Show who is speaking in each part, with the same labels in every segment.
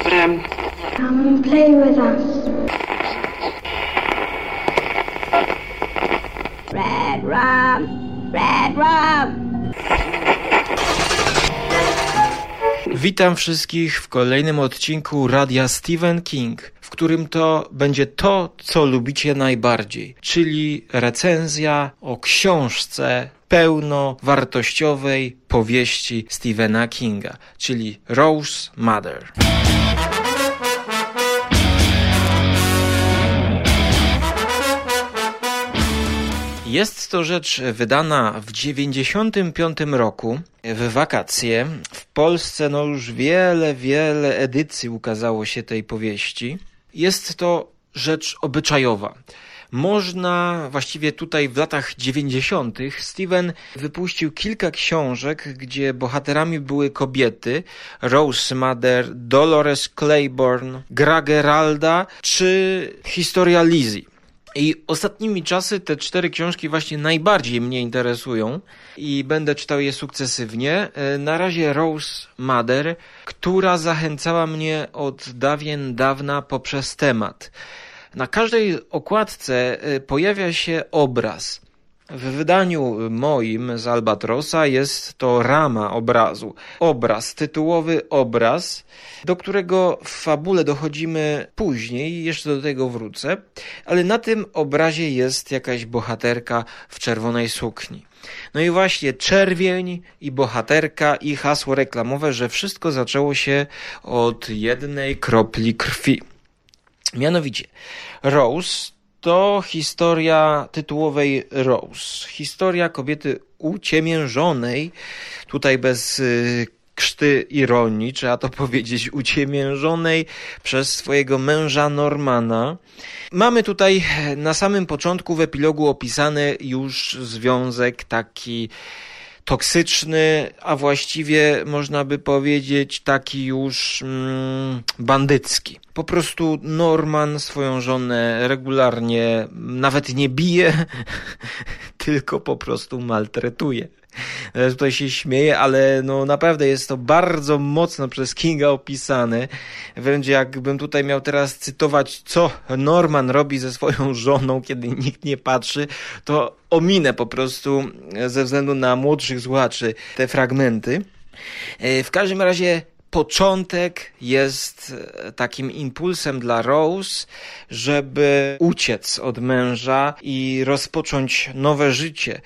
Speaker 1: Come and play with us. Red rum, red rum.
Speaker 2: Witam wszystkich w kolejnym odcinku Radia Stephen King, w którym to będzie to, co lubicie najbardziej, czyli recenzja o książce pełnowartościowej powieści Stephena Kinga, czyli Rose Mother. Jest to rzecz wydana w 1995 roku, w wakacje. W Polsce już wiele edycji ukazało się tej powieści. Jest to rzecz obyczajowa. Właściwie tutaj w latach 90. Stephen wypuścił kilka książek, gdzie bohaterami były kobiety, Rose Mother, Dolores Claiborne, Gra Geralda czy historia Lizzie. I ostatnimi czasy te 4 książki właśnie najbardziej mnie interesują i będę czytał je sukcesywnie. Na razie Rose Mother, która zachęcała mnie od dawien dawna poprzez temat. Na każdej okładce pojawia się obraz. W wydaniu moim z Albatrosa jest to rama obrazu. Tytułowy obraz, do którego w fabule dochodzimy później, jeszcze do tego wrócę, ale na tym obrazie jest jakaś bohaterka w czerwonej sukni. No i właśnie czerwień i bohaterka i hasło reklamowe, że wszystko zaczęło się od jednej kropli krwi. Mianowicie Rose to historia tytułowej Rose. Historia kobiety uciemiężonej, tutaj bez krzty ironii, trzeba to powiedzieć, uciemiężonej przez swojego męża Normana. Mamy tutaj na samym początku w epilogu opisany już związek taki toksyczny, a właściwie można by powiedzieć taki już bandycki. Po prostu Norman swoją żonę regularnie nawet nie bije, tylko po prostu maltretuje. Tutaj się śmieję, ale naprawdę jest to bardzo mocno przez Kinga opisane. Wręcz jakbym tutaj miał teraz cytować, co Norman robi ze swoją żoną, kiedy nikt nie patrzy, to ominę po prostu ze względu na młodszych słuchaczy te fragmenty. W każdym razie początek jest takim impulsem dla Rose, żeby uciec od męża i rozpocząć nowe życie.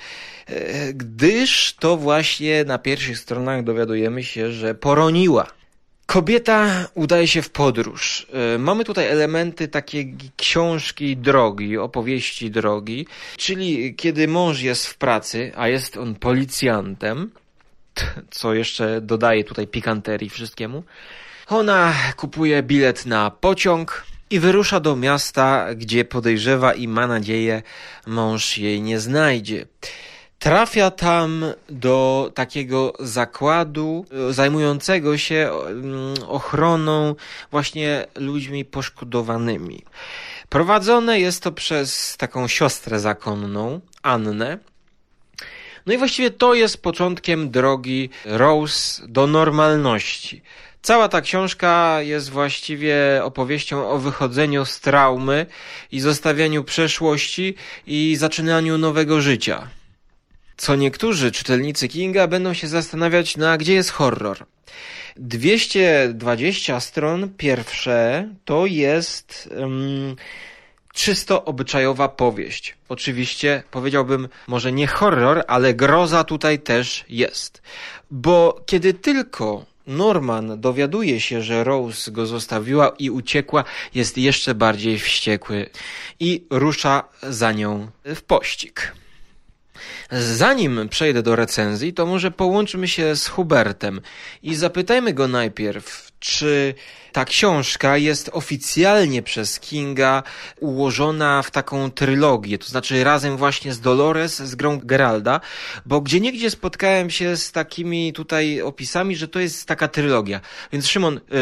Speaker 2: Gdyż to właśnie na pierwszych stronach dowiadujemy się, że poroniła. Kobieta udaje się w podróż. Mamy tutaj elementy takiej książki drogi, opowieści drogi, czyli kiedy mąż jest w pracy, a jest on policjantem, co jeszcze dodaje tutaj pikanterii wszystkiemu, ona kupuje bilet na pociąg i wyrusza do miasta, gdzie podejrzewa i ma nadzieję, mąż jej nie znajdzie. Trafia tam do takiego zakładu zajmującego się ochroną właśnie ludźmi poszkodowanymi. Prowadzone jest to przez taką siostrę zakonną, Annę. No i właściwie to jest początkiem drogi Rose do normalności. Cała ta książka jest właściwie opowieścią o wychodzeniu z traumy i zostawianiu przeszłości i zaczynaniu nowego życia. Co niektórzy czytelnicy Kinga będą się zastanawiać, a gdzie jest horror? 220 stron pierwsze to jest czysto obyczajowa powieść. Oczywiście powiedziałbym może nie horror, ale groza tutaj też jest. Bo kiedy tylko Norman dowiaduje się, że Rose go zostawiła i uciekła, jest jeszcze bardziej wściekły i rusza za nią w pościg. Zanim przejdę do recenzji, to może połączmy się z Hubertem i zapytajmy go najpierw, czy ta książka jest oficjalnie przez Kinga ułożona w taką trylogię, to znaczy razem właśnie z Dolores, z grą Geralda, bo gdzieniegdzie spotkałem się z takimi tutaj opisami, że to jest taka trylogia. Więc Szymon,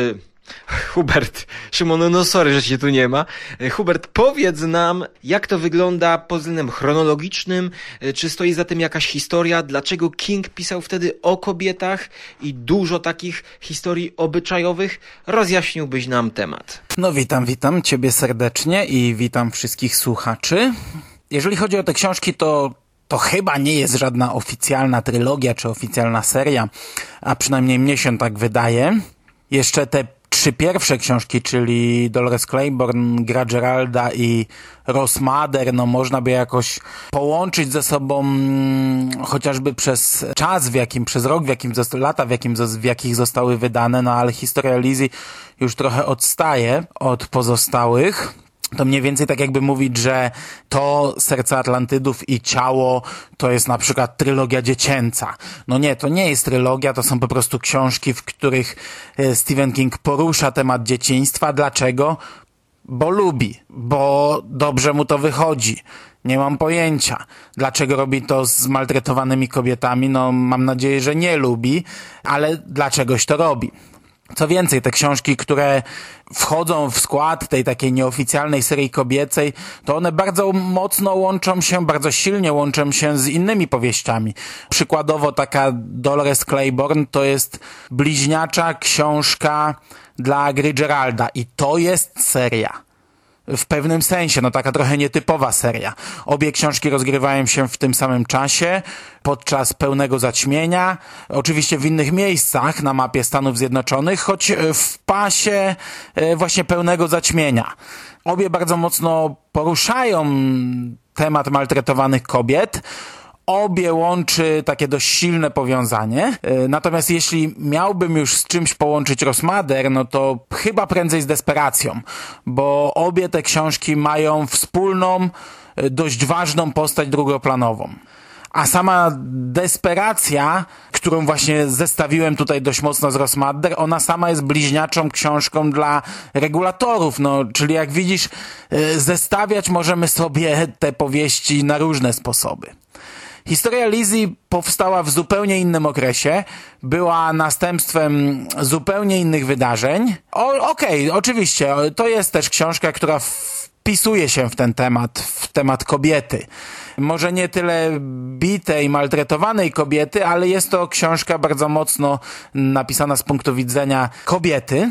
Speaker 2: Hubert, Szymon, no sorry, że cię tu nie ma. Hubert, powiedz nam, jak to wygląda pod względem chronologicznym, czy stoi za tym jakaś historia, dlaczego King pisał wtedy o kobietach i dużo takich historii obyczajowych? Rozjaśniłbyś nam temat.
Speaker 3: No witam ciebie serdecznie i witam wszystkich słuchaczy. Jeżeli chodzi o te książki, to chyba nie jest żadna oficjalna trylogia czy oficjalna seria, a przynajmniej mnie się tak wydaje. Jeszcze te 3 pierwsze książki, czyli Dolores Claiborne, Gra Geralda i Rose Madder, no można by jakoś połączyć ze sobą chociażby przez czas, przez rok, lata, w jakich zostały wydane, no ale historia Lizzie już trochę odstaje od pozostałych. To mniej więcej tak jakby mówić, że to Serce Atlantydów i Ciało to jest na przykład trylogia dziecięca. No nie, to nie jest trylogia, to są po prostu książki, w których Stephen King porusza temat dzieciństwa. Dlaczego? Bo lubi, bo dobrze mu to wychodzi. Nie mam pojęcia. Dlaczego robi to z maltretowanymi kobietami? No mam nadzieję, że nie lubi, ale dlaczegoś to robi. Co więcej, te książki, które wchodzą w skład tej takiej nieoficjalnej serii kobiecej, to one bardzo mocno łączą się, bardzo silnie łączą się z innymi powieściami. Przykładowo taka Dolores Claiborne to jest bliźniacza książka dla Gry Geralda i to jest seria. W pewnym sensie, no taka trochę nietypowa seria. Obie książki rozgrywają się w tym samym czasie, podczas pełnego zaćmienia, oczywiście w innych miejscach na mapie Stanów Zjednoczonych, choć w pasie właśnie pełnego zaćmienia. Obie bardzo mocno poruszają temat maltretowanych kobiet. Obie łączy takie dość silne powiązanie. Natomiast jeśli miałbym już z czymś połączyć Rose Madder, no to chyba prędzej z Desperacją, bo obie te książki mają wspólną, dość ważną postać drugoplanową. A sama Desperacja, którą właśnie zestawiłem tutaj dość mocno z Rose Madder, ona sama jest bliźniaczą książką dla regulatorów, no, czyli jak widzisz, zestawiać możemy sobie te powieści na różne sposoby. Historia Lizzie powstała w zupełnie innym okresie, była następstwem zupełnie innych wydarzeń. Okej, oczywiście, to jest też książka, która wpisuje się w ten temat, w temat kobiety. Może nie tyle bitej, maltretowanej kobiety, ale jest to książka bardzo mocno napisana z punktu widzenia kobiety.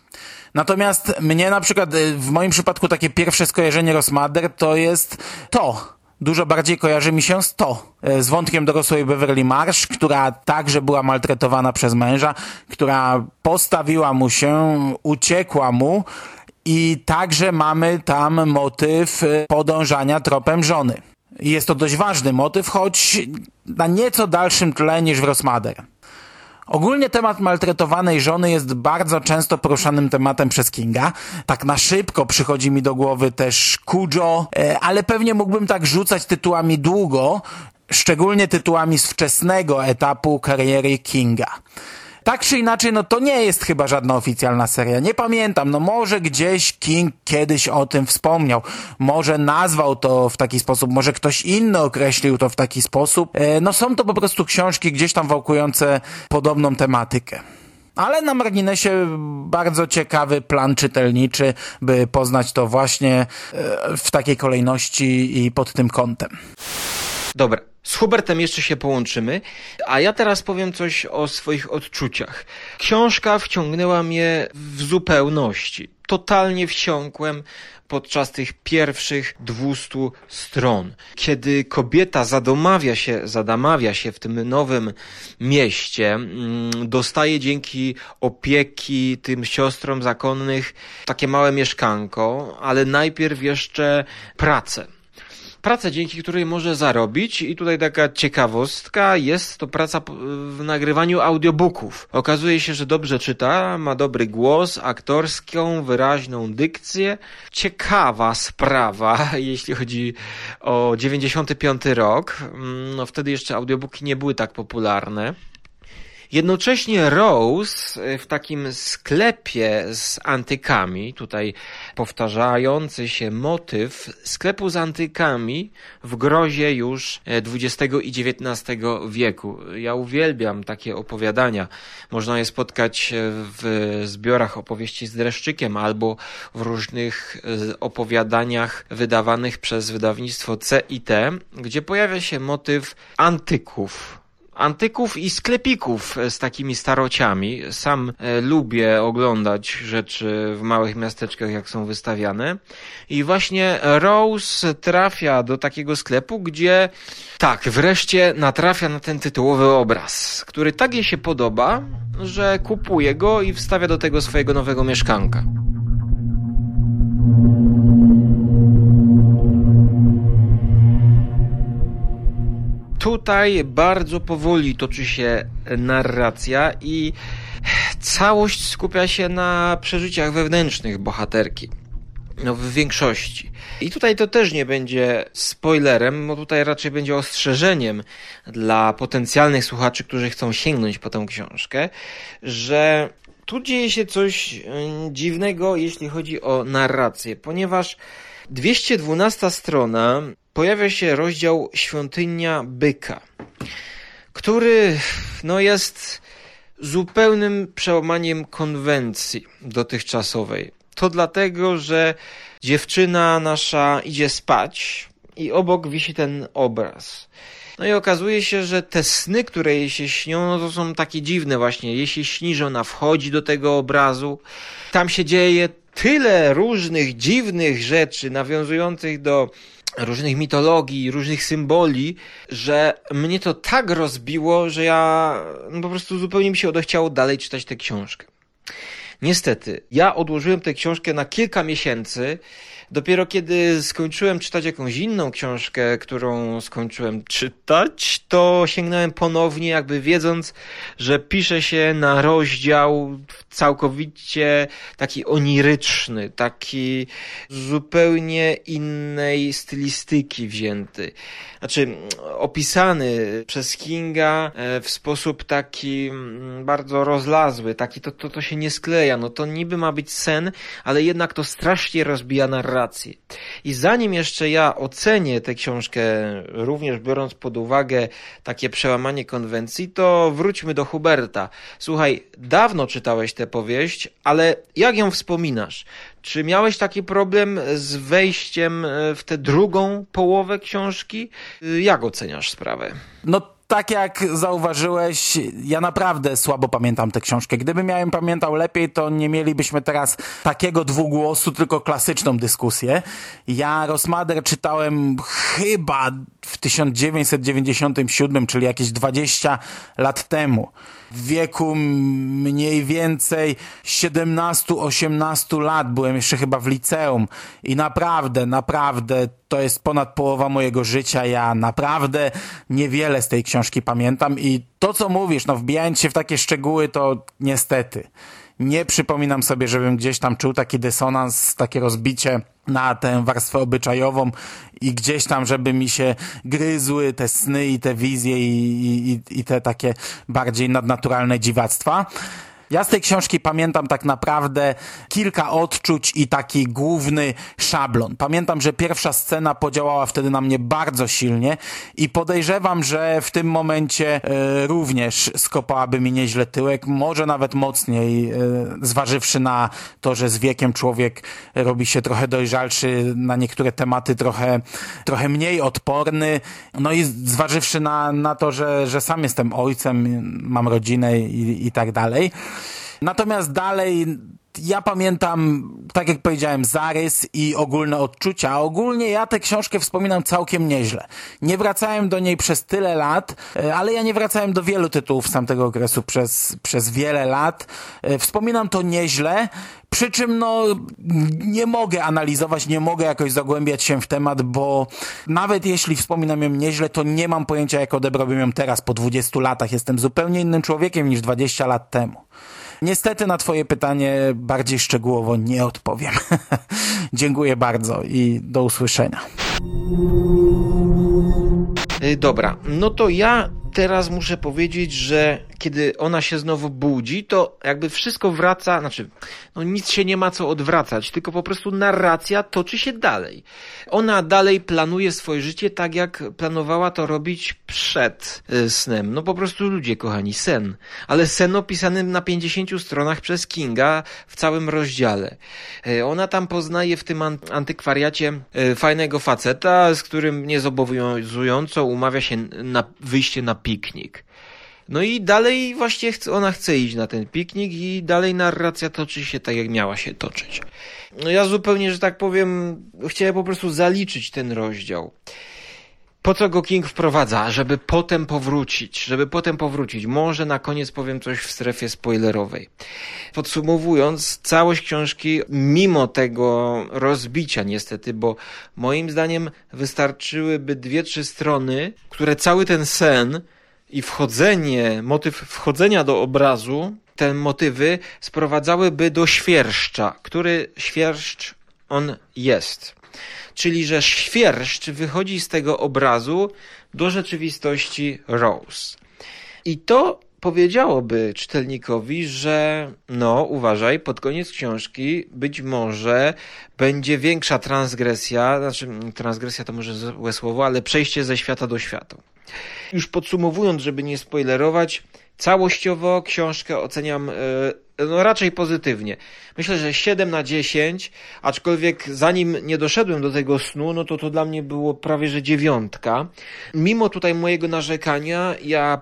Speaker 3: Natomiast mnie na przykład, w moim przypadku takie pierwsze skojarzenie Rose Madder to jest to. Dużo bardziej kojarzy mi się z wątkiem dorosłej Beverly Marsh, która także była maltretowana przez męża, która postawiła mu się, uciekła mu i także mamy tam motyw podążania tropem żony. Jest to dość ważny motyw, choć na nieco dalszym tle niż w Rose Madder. Ogólnie temat maltretowanej żony jest bardzo często poruszanym tematem przez Kinga. Tak na szybko przychodzi mi do głowy też Cujo, ale pewnie mógłbym tak rzucać tytułami długo, szczególnie tytułami z wczesnego etapu kariery Kinga. Tak czy inaczej, no to nie jest chyba żadna oficjalna seria. Nie pamiętam, no może gdzieś King kiedyś o tym wspomniał. Może nazwał to w taki sposób, może ktoś inny określił to w taki sposób. No są to po prostu książki gdzieś tam wałkujące podobną tematykę. Ale na marginesie bardzo ciekawy plan czytelniczy, by poznać to właśnie w takiej kolejności i pod tym kątem.
Speaker 2: Dobra. Z Hubertem jeszcze się połączymy, a ja teraz powiem coś o swoich odczuciach. Książka wciągnęła mnie w zupełności. Totalnie wsiąkłem podczas tych pierwszych 200 stron. Kiedy kobieta zadamawia się w tym nowym mieście, dostaje dzięki opieki tym siostrom zakonnych takie małe mieszkanko, ale najpierw jeszcze pracę, dzięki której może zarobić i tutaj taka ciekawostka, jest to praca w nagrywaniu audiobooków. Okazuje się, że dobrze czyta, ma dobry głos, aktorską, wyraźną dykcję. Ciekawa sprawa, jeśli chodzi o 95 rok. No wtedy jeszcze audiobooki nie były tak popularne. Jednocześnie Rose w takim sklepie z antykami, tutaj powtarzający się motyw sklepu z antykami w grozie już XX i XIX wieku. Ja uwielbiam takie opowiadania. Można je spotkać w zbiorach opowieści z dreszczykiem albo w różnych opowiadaniach wydawanych przez wydawnictwo C&T, gdzie pojawia się motyw antyków i sklepików z takimi starociami. Sam lubię oglądać rzeczy w małych miasteczkach, jak są wystawiane. I właśnie Rose trafia do takiego sklepu, gdzie wreszcie natrafia na ten tytułowy obraz, który tak jej się podoba, że kupuje go i wstawia do tego swojego nowego mieszkanka. Tutaj bardzo powoli toczy się narracja i całość skupia się na przeżyciach wewnętrznych bohaterki. W większości. I tutaj to też nie będzie spoilerem, bo tutaj raczej będzie ostrzeżeniem dla potencjalnych słuchaczy, którzy chcą sięgnąć po tę książkę, że tu dzieje się coś dziwnego, jeśli chodzi o narrację, ponieważ 212 strona pojawia się rozdział Świątynia Byka, który jest zupełnym przełamaniem konwencji dotychczasowej. To dlatego, że dziewczyna nasza idzie spać i obok wisi ten obraz. I okazuje się, że te sny, które jej się śnią, to są takie dziwne właśnie. Jej się śni, że ona wchodzi do tego obrazu. Tam się dzieje tyle różnych dziwnych rzeczy nawiązujących do różnych mitologii, różnych symboli, że mnie to tak rozbiło, że ja po prostu zupełnie mi się odechciało dalej czytać tę książkę. Niestety, ja odłożyłem tę książkę na kilka miesięcy. Dopiero kiedy skończyłem czytać jakąś inną książkę, którą skończyłem czytać, to sięgnąłem ponownie, jakby wiedząc, że pisze się na rozdział całkowicie taki oniryczny, taki zupełnie innej stylistyki wzięty. Znaczy, opisany przez Kinga w sposób taki bardzo rozlazły, taki to się nie skleja. To niby ma być sen, ale jednak to strasznie rozbija narrację. I zanim jeszcze ja ocenię tę książkę, również biorąc pod uwagę takie przełamanie konwencji, to wróćmy do Huberta. Słuchaj, dawno czytałeś tę powieść, ale jak ją wspominasz? Czy miałeś taki problem z wejściem w tę drugą połowę książki? Jak oceniasz sprawę?
Speaker 3: Tak jak zauważyłeś, ja naprawdę słabo pamiętam tę książkę. Gdybym ja ją pamiętał lepiej, to nie mielibyśmy teraz takiego dwugłosu, tylko klasyczną dyskusję. Ja Rosmader czytałem chyba w 1997, czyli jakieś 20 lat temu. W wieku mniej więcej 17-18 lat, byłem jeszcze chyba w liceum i naprawdę to jest ponad połowa mojego życia. Ja naprawdę niewiele z tej książki pamiętam i to, co mówisz, wbijając się w takie szczegóły, to niestety nie przypominam sobie, żebym gdzieś tam czuł taki dysonans, takie rozbicie na tę warstwę obyczajową i gdzieś tam, żeby mi się gryzły te sny i te wizje i te takie bardziej nadnaturalne dziwactwa. Ja z tej książki pamiętam tak naprawdę kilka odczuć i taki główny szablon. Pamiętam, że pierwsza scena podziałała wtedy na mnie bardzo silnie i podejrzewam, że w tym momencie również skopałaby mi nieźle tyłek, może nawet mocniej, zważywszy na to, że z wiekiem człowiek robi się trochę dojrzalszy, na niektóre tematy trochę mniej odporny, i zważywszy na to, że sam jestem ojcem, mam rodzinę i tak dalej. Natomiast dalej ja pamiętam, tak jak powiedziałem, zarys i ogólne odczucia. A ogólnie ja tę książkę wspominam całkiem nieźle. Nie wracałem do niej przez tyle lat, ale ja nie wracałem do wielu tytułów z tamtego okresu przez wiele lat. Wspominam to nieźle, przy czym nie mogę analizować, nie mogę jakoś zagłębiać się w temat, bo nawet jeśli wspominam ją nieźle, to nie mam pojęcia, jak odebrałbym ją teraz po 20 latach. Jestem zupełnie innym człowiekiem niż 20 lat temu. Niestety na twoje pytanie bardziej szczegółowo nie odpowiem. Dziękuję bardzo i do usłyszenia.
Speaker 2: Dobra, no to ja teraz muszę powiedzieć, że kiedy ona się znowu budzi, to jakby wszystko wraca, nic się nie ma co odwracać, tylko po prostu narracja toczy się dalej. Ona dalej planuje swoje życie tak, jak planowała to robić przed snem. No po prostu ludzie, kochani, sen. Ale sen opisany na 50 stronach przez Kinga w całym rozdziale. Ona tam poznaje w tym antykwariacie fajnego faceta, z którym niezobowiązująco umawia się na wyjście na piknik. No i dalej właśnie ona chce iść na ten piknik i dalej narracja toczy się tak, jak miała się toczyć. No ja zupełnie, że tak powiem, chciałem po prostu zaliczyć ten rozdział. Po co go King wprowadza? Żeby potem powrócić. Może na koniec powiem coś w strefie spoilerowej. Podsumowując, całość książki, mimo tego rozbicia niestety, bo moim zdaniem wystarczyłyby 2-3 strony, które cały ten sen i motyw wchodzenia do obrazu, te motywy sprowadzałyby do świerszcza, który świerszcz on jest. Czyli, że świerszcz wychodzi z tego obrazu do rzeczywistości Rose. I to powiedziałoby czytelnikowi, że uważaj, pod koniec książki być może będzie większa transgresja, transgresja to może złe słowo, ale przejście ze świata do świata. Już podsumowując, żeby nie spoilerować, całościowo książkę oceniam raczej pozytywnie. Myślę, że 7/10, aczkolwiek zanim nie doszedłem do tego snu, to dla mnie było prawie że 9. Mimo tutaj mojego narzekania, ja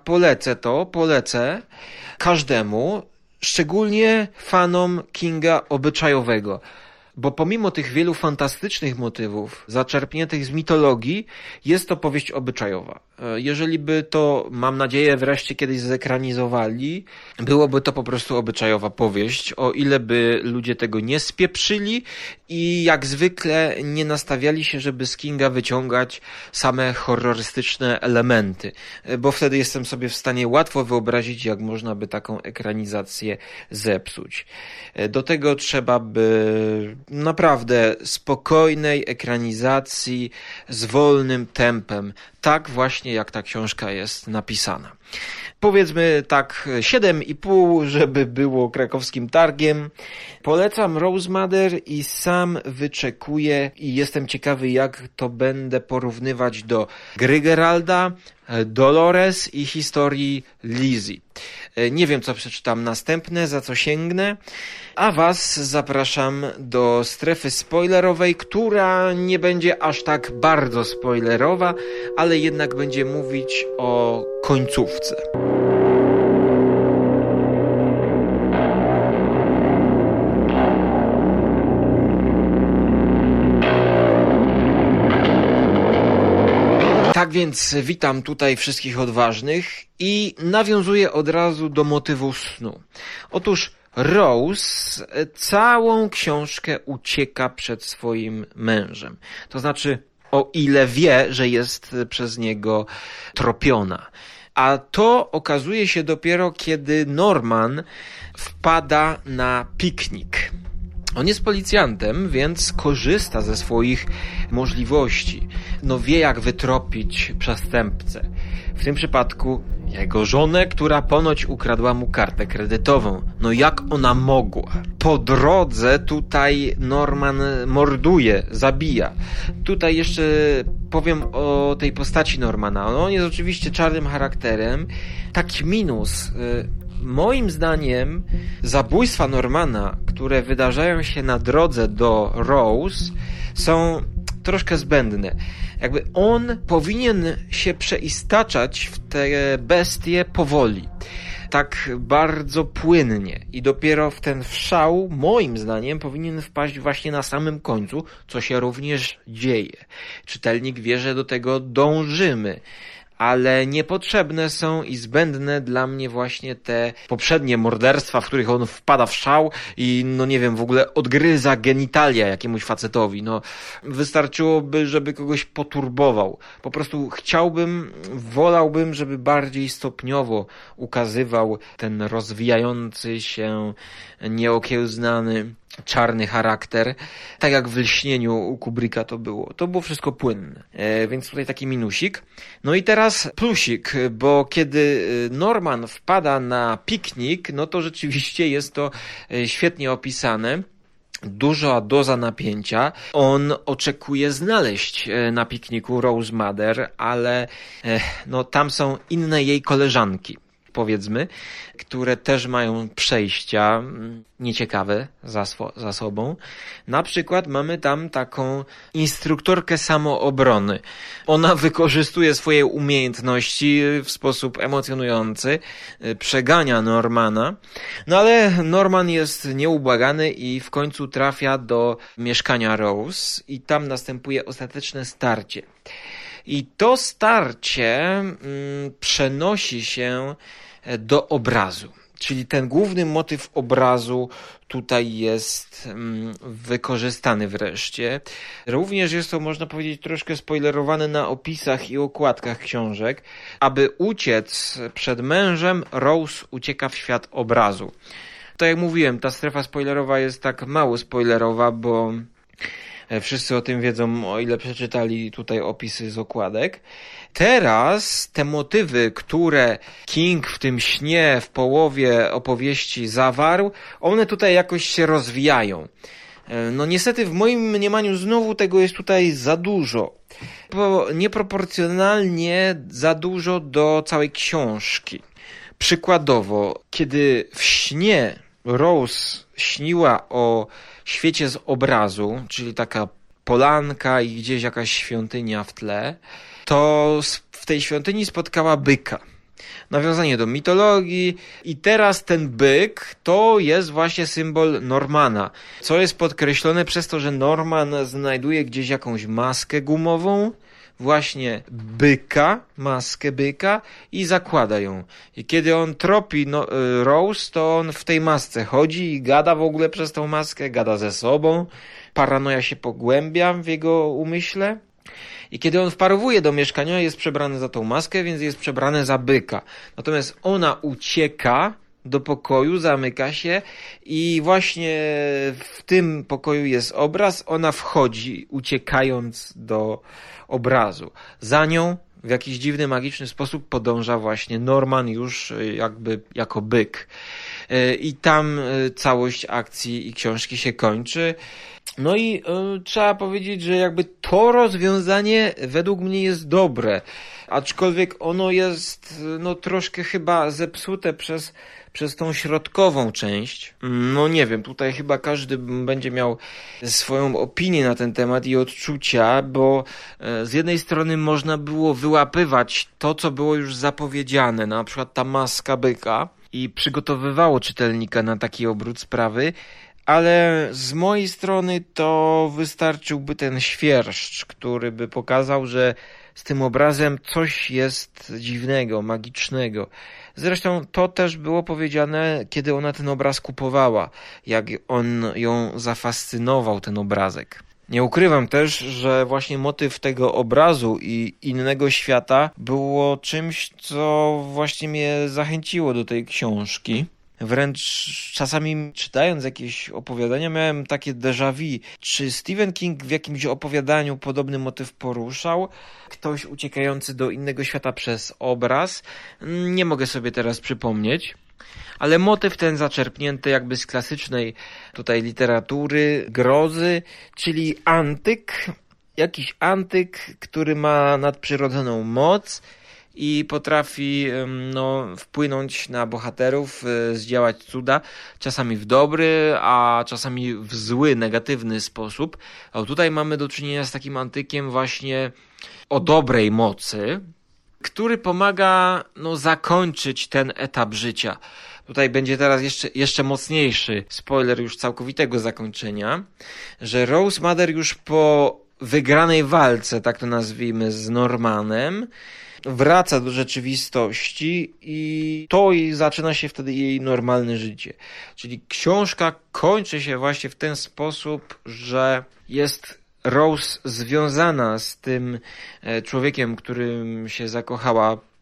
Speaker 2: polecę każdemu, szczególnie fanom Kinga obyczajowego. Bo pomimo tych wielu fantastycznych motywów zaczerpniętych z mitologii, jest to powieść obyczajowa. Jeżeli by to, mam nadzieję, wreszcie kiedyś zekranizowali, byłoby to po prostu obyczajowa powieść, o ile by ludzie tego nie spieprzyli i jak zwykle nie nastawiali się, żeby z Kinga wyciągać same horrorystyczne elementy, bo wtedy jestem sobie w stanie łatwo wyobrazić, jak można by taką ekranizację zepsuć. Do tego trzeba by naprawdę spokojnej ekranizacji z wolnym tempem, tak właśnie jak ta książka jest napisana. Powiedzmy tak 7,5, żeby było krakowskim targiem. Polecam Rose Mother i sam wyczekuję i jestem ciekawy, jak to będę porównywać do Gry Geralda, Dolores i historii Lizzie. Nie wiem, co przeczytam następne, za co sięgnę, a was zapraszam do strefy spoilerowej, która nie będzie aż tak bardzo spoilerowa, ale jednak będzie mówić o końcówce. Tak więc witam tutaj wszystkich odważnych i nawiązuję od razu do motywu snu. Otóż Rose całą książkę ucieka przed swoim mężem. To znaczy, o ile wie, że jest przez niego tropiona. A to okazuje się dopiero, kiedy Norman wpada na piknik. On jest policjantem, więc korzysta ze swoich możliwości. Wie, jak wytropić przestępcę. W tym przypadku jego żonę, która ponoć ukradła mu kartę kredytową. Jak ona mogła? Po drodze tutaj Norman morduje, zabija. Tutaj jeszcze powiem o tej postaci Normana. On jest oczywiście czarnym charakterem. Taki minus. Moim zdaniem zabójstwa Normana, które wydarzają się na drodze do Rose, są troszkę zbędne. Jakby on powinien się przeistaczać w te bestie powoli. Tak bardzo płynnie. I dopiero w ten wszał, moim zdaniem, powinien wpaść właśnie na samym końcu, co się również dzieje. Czytelnik wie, że do tego dążymy. Ale niepotrzebne są i zbędne dla mnie właśnie te poprzednie morderstwa, w których on wpada w szał i w ogóle odgryza genitalia jakiemuś facetowi. Wystarczyłoby, żeby kogoś poturbował. Po prostu wolałbym, żeby bardziej stopniowo ukazywał ten rozwijający się, nieokiełznany czarny charakter, tak jak w Lśnieniu u Kubricka to było. To było wszystko płynne, więc tutaj taki minusik. No i teraz plusik, bo kiedy Norman wpada na piknik, no to rzeczywiście jest to świetnie opisane. Duża doza napięcia. On oczekuje znaleźć na pikniku Rose Madder, ale no tam są inne jej koleżanki, powiedzmy, które też mają przejścia nieciekawe za sobą. Na przykład mamy tam taką instruktorkę samoobrony. Ona wykorzystuje swoje umiejętności w sposób emocjonujący, przegania Normana, no ale Norman jest nieubłagany i w końcu trafia do mieszkania Rose i tam następuje ostateczne starcie. I to starcie przenosi się do obrazu. Czyli ten główny motyw obrazu tutaj jest wykorzystany wreszcie. Również jest to, można powiedzieć, troszkę spoilerowane na opisach i okładkach książek. Aby uciec przed mężem, Rose ucieka w świat obrazu. Tak jak mówiłem, ta strefa spoilerowa jest tak mało spoilerowa, bo wszyscy o tym wiedzą, o ile przeczytali tutaj opisy z okładek. Teraz te motywy, które King w tym śnie w połowie opowieści zawarł, one tutaj jakoś się rozwijają. No niestety w moim mniemaniu znowu tego jest tutaj za dużo. Bo nieproporcjonalnie za dużo do całej książki. Przykładowo, kiedy w śnie Rose śniła o świecie z obrazu, czyli taka polanka i gdzieś jakaś świątynia w tle, to w tej świątyni spotkała byka. Nawiązanie do mitologii i teraz ten byk to jest właśnie symbol Normana, co jest podkreślone przez to, że Norman znajduje gdzieś jakąś maskę gumową, właśnie byka, maskę byka i zakłada ją. I kiedy on tropi Rose, to on w tej masce chodzi i gada w ogóle przez tą maskę, gada ze sobą. Paranoja się pogłębia w jego umyśle. I kiedy on wparowuje do mieszkania, jest przebrany za tą maskę, więc jest przebrany za byka. Natomiast ona ucieka do pokoju, zamyka się i właśnie w tym pokoju jest obraz. Ona wchodzi, uciekając do obrazu. Za nią w jakiś dziwny, magiczny sposób podąża właśnie Norman już jakby jako byk. I tam całość akcji i książki się kończy. No i trzeba powiedzieć, że jakby to rozwiązanie według mnie jest dobre, aczkolwiek ono jest troszkę chyba zepsute przez tą środkową część. No nie wiem, tutaj chyba każdy będzie miał swoją opinię na ten temat i odczucia, bo z jednej strony można było wyłapywać to, co było już zapowiedziane, na przykład ta maska byka i przygotowywało czytelnika na taki obrót sprawy, ale z mojej strony to wystarczyłby ten świerszcz, który by pokazał, że z tym obrazem coś jest dziwnego, magicznego. Zresztą to też było powiedziane, kiedy ona ten obraz kupowała, jak on ją zafascynował, ten obrazek. Nie ukrywam też, że właśnie motyw tego obrazu i innego świata było czymś, co właśnie mnie zachęciło do tej książki. Wręcz czasami czytając jakieś opowiadania miałem takie déjà vu. Czy Stephen King w jakimś opowiadaniu podobny motyw poruszał? Ktoś uciekający do innego świata przez obraz? Nie mogę sobie teraz przypomnieć. Ale motyw ten zaczerpnięty jakby z klasycznej tutaj literatury, grozy, czyli antyk. Jakiś antyk, który ma nadprzyrodzoną moc i potrafi wpłynąć na bohaterów, zdziałać cuda, czasami w dobry, a czasami w zły, negatywny sposób. A tutaj mamy do czynienia z takim antykiem właśnie o dobrej mocy, który pomaga zakończyć ten etap życia. Tutaj będzie teraz jeszcze mocniejszy spoiler już całkowitego zakończenia, że Rose Madder już po wygranej walce, tak to nazwijmy, z Normanem, wraca do rzeczywistości i to i zaczyna się wtedy jej normalne życie. Czyli książka kończy się właśnie w ten sposób, że jest Rose związana z tym człowiekiem, którym się zakochała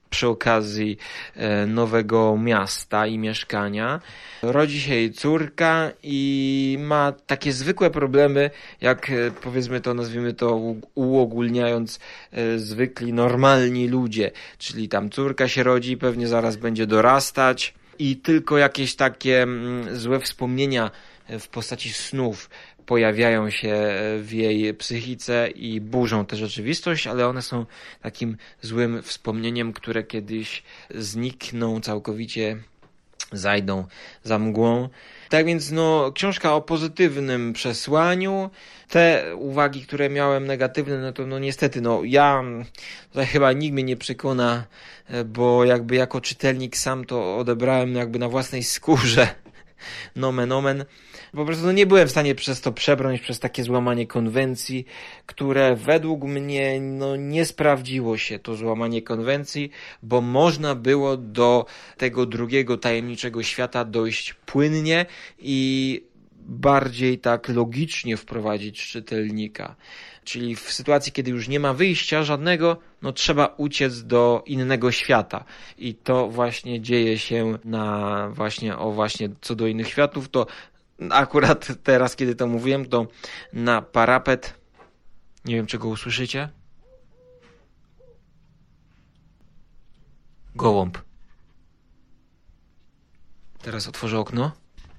Speaker 2: przy okazji nowego miasta i mieszkania. Rodzi się jej córka i ma takie zwykłe problemy, jak powiedzmy to, nazwijmy to uogólniając, zwykli, normalni ludzie. Czyli tam córka się rodzi, pewnie zaraz będzie dorastać i tylko jakieś takie złe wspomnienia w postaci snów pojawiają się w jej psychice i burzą tę rzeczywistość, ale one są takim złym wspomnieniem, które kiedyś znikną całkowicie, zajdą za mgłą. Tak więc książka o pozytywnym przesłaniu. Te uwagi, które miałem negatywne, to niestety, ja tutaj chyba nikt mnie nie przekona, bo jakby jako czytelnik sam to odebrałem jakby na własnej skórze. Nomen omen. Po prostu nie byłem w stanie przez to przebrnąć, przez takie złamanie konwencji, które według mnie nie sprawdziło się, to złamanie konwencji, bo można było do tego drugiego tajemniczego świata dojść płynnie i bardziej tak logicznie wprowadzić czytelnika. Czyli w sytuacji, kiedy już nie ma wyjścia żadnego, trzeba uciec do innego świata. I to właśnie dzieje się właśnie co do innych światów, to akurat teraz, kiedy to mówiłem, to na parapet, nie wiem, czego usłyszycie? Gołąb. Teraz otworzę okno.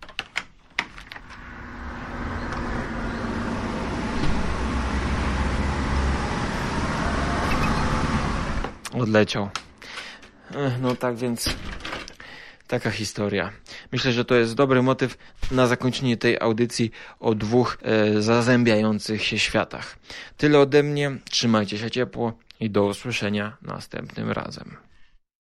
Speaker 2: Odleciał. Tak więc taka historia. Myślę, że to jest dobry motyw na zakończenie tej audycji o dwóch zazębiających się światach. Tyle ode mnie. Trzymajcie się ciepło i do usłyszenia następnym razem.